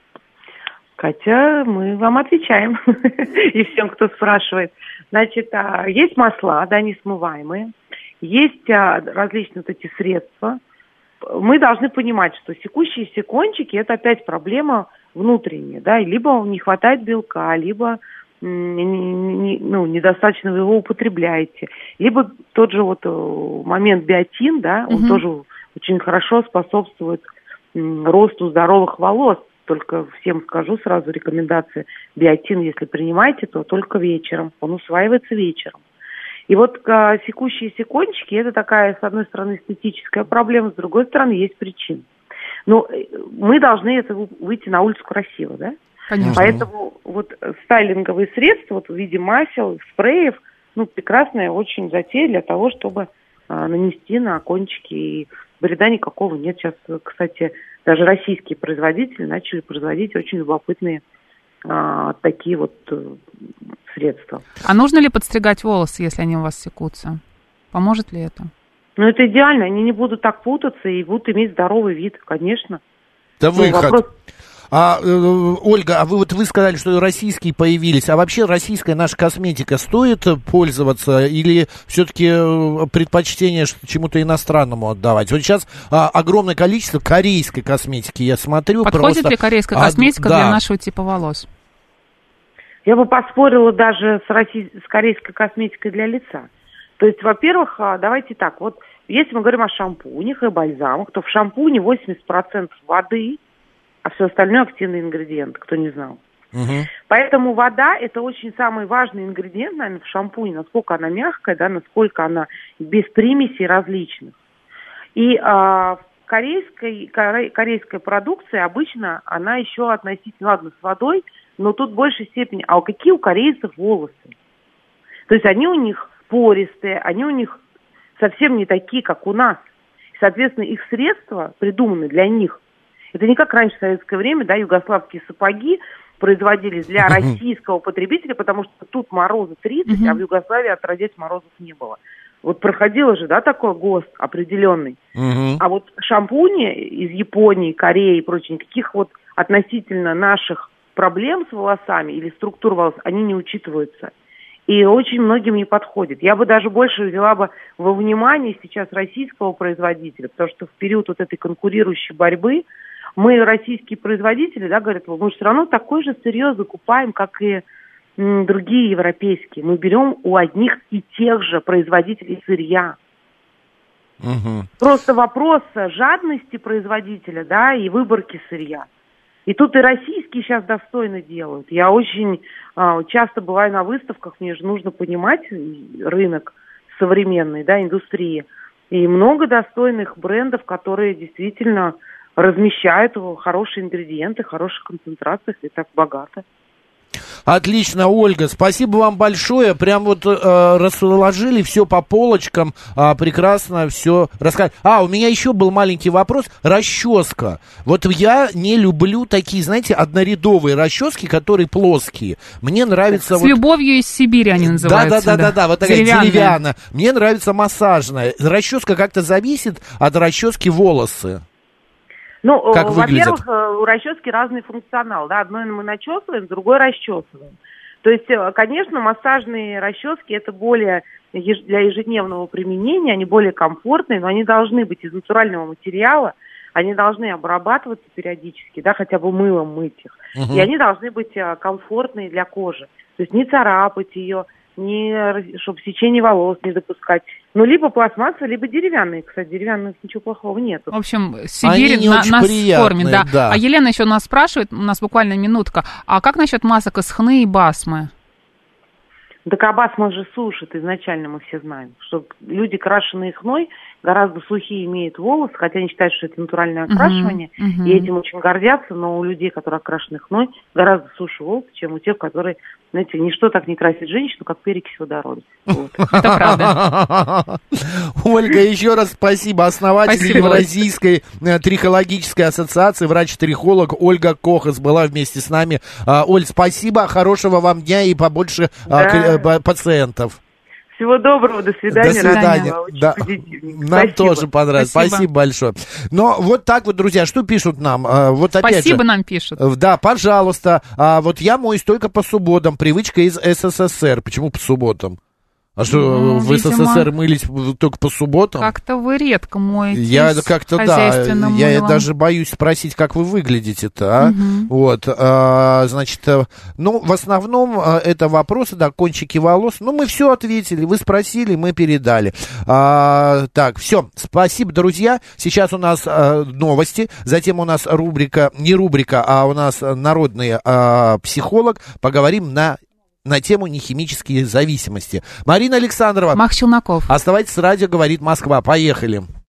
L: Катя, мы вам отвечаем. И всем, кто спрашивает. Значит, есть масла, да, несмываемые. Есть различные вот эти средства. Мы должны понимать, что секущиеся кончики – это опять проблема внутренняя, да, либо не хватает белка, либо ну, недостаточно вы его употребляете, либо тот же вот момент биотин, да, он угу. тоже очень хорошо способствует росту здоровых волос. Только всем скажу сразу рекомендация: биотин, если принимаете, то только вечером, он усваивается вечером. И вот а, секущиеся кончики – это такая, с одной стороны, эстетическая проблема, с другой стороны, есть причина. Но мы должны это выйти на улицу красиво, да?
B: Конечно.
L: Поэтому вот стайлинговые средства вот в виде масел, спреев, ну, прекрасная очень затея для того, чтобы а, нанести на кончики, и вреда никакого нет. Сейчас, кстати, даже российские производители начали производить очень любопытные а, такие вот а, средства.
B: А нужно ли подстригать волосы, если они у вас секутся? Поможет ли это?
L: Ну, это идеально. Они не будут так путаться и будут иметь здоровый вид, конечно.
D: Это
L: ну,
D: выход.
L: Вопрос...
D: А, э, Ольга, а вы вот вы сказали, что российские появились. А вообще российская наша косметика стоит пользоваться или все-таки предпочтение чему-то иностранному отдавать? Вот сейчас а, огромное количество корейской косметики, я смотрю.
B: Подходит
D: просто...
B: ли корейская косметика а, да. для нашего типа волос?
L: Я бы поспорила даже с, россий... с корейской косметикой для лица. То есть, во-первых, давайте так, вот если мы говорим о шампунях и бальзамах, то в шампуне восемьдесят процентов воды, а все остальное активные ингредиенты, кто не знал. Угу. Поэтому вода – это очень самый важный ингредиент, наверное, в шампуне, насколько она мягкая, да, насколько она без примесей различных. И а, корейской, коре... корейская продукция обычно, она еще относительно, ладно, с водой, но тут в большей степени, а какие у корейцев волосы? То есть они у них пористые, они у них совсем не такие, как у нас. И, соответственно, их средства придуманы для них. Это не как раньше в советское время, да, югославские сапоги производились для российского потребителя, потому что тут морозы тридцать, uh-huh. а в Югославии отродясь морозов не было. Вот проходило же, да, такой ГОСТ определенный. Uh-huh. А вот шампуни из Японии, Кореи и прочее, никаких вот относительно наших проблем с волосами или структур волос, они не учитываются. И очень многим не подходит. Я бы даже больше взяла бы во внимание сейчас российского производителя, потому что в период вот этой конкурирующей борьбы мы, российские производители, да, говорят, мы все равно такое же сырье закупаем, как и м, другие европейские. Мы берем у одних и тех же производителей сырья. Угу. Просто вопрос жадности производителя, да, и выборки сырья. И тут и российские сейчас достойно делают. Я очень а, часто бываю на выставках, мне же нужно понимать рынок современной, да, индустрии. И много достойных брендов, которые действительно размещают хорошие ингредиенты, хороших концентрациях, и так богато.
D: Отлично, Ольга, спасибо вам большое. Прям вот э, расложили все по полочкам, э, прекрасно все рассказали. А, у меня еще был маленький вопрос. Расческа. Вот я не люблю такие, знаете, однорядовые расчески, которые плоские. Мне нравится...
B: С
D: вот...
B: любовью из Сибири они называются.
D: Да-да-да, вот такая деревянная. Мне нравится массажная. Расческа как-то зависит от расчески волосы.
L: Ну, во-первых, у расчески разный функционал, да, одной мы начесываем, другой расчесываем. То есть, конечно, массажные расчески это более для ежедневного применения, они более комфортные, но они должны быть из натурального материала, они должны обрабатываться периодически, да, хотя бы мылом мыть их, угу. И они должны быть комфортные для кожи, то есть не царапать ее, не, чтобы сечение волос не допускать. Ну, либо пластмасса, либо деревянные. Кстати, деревянных ничего плохого нет.
B: В общем, Сибирь на, нас кормит, да. да. А Елена еще нас спрашивает, у нас буквально минутка, а как насчет масок из хны и басмы?
L: Так а басма же сушит изначально, мы все знаем, что люди, крашеные хной, гораздо сухие имеют волосы, хотя они считают, что это натуральное окрашивание, uh-huh, uh-huh. и этим очень гордятся, но у людей, которые окрашены хной, гораздо суше волосы, чем у тех, которые, знаете, ничто так не красит женщину, как перекись водорода.
B: Это правда.
D: Ольга, еще раз спасибо. Основатель Евразийской трихологической ассоциации, врач-трихолог Ольга Кохас была вместе с нами. Оль, спасибо, хорошего вам дня и побольше пациентов.
L: Всего доброго, до свидания.
D: До свидания. Да. Нам спасибо. Тоже понравилось. Спасибо. Спасибо большое. Но вот так вот, друзья, что пишут нам? Вот опять
B: Спасибо
D: же,
B: нам пишут.
D: Да, пожалуйста. Вот я моюсь только по субботам. Привычка из СССР. Почему по субботам? А что, ну, в видимо, СССР мылись только по субботам?
B: Как-то вы редко моетесь.
D: Я как-то, да, я даже боюсь спросить, как вы выглядите-то, а? Угу. Вот, а, значит, ну, в основном это вопросы, да, кончики волос. Ну, мы все ответили, вы спросили, мы передали. А, так, все, спасибо, друзья. Сейчас у нас а, новости, затем у нас рубрика, не рубрика, а у нас народный а, психолог. Поговорим на... на тему нехимические зависимости. Марина Александрова.
B: Мах Челноков.
D: Оставайтесь с радио «Говорит Москва». Поехали.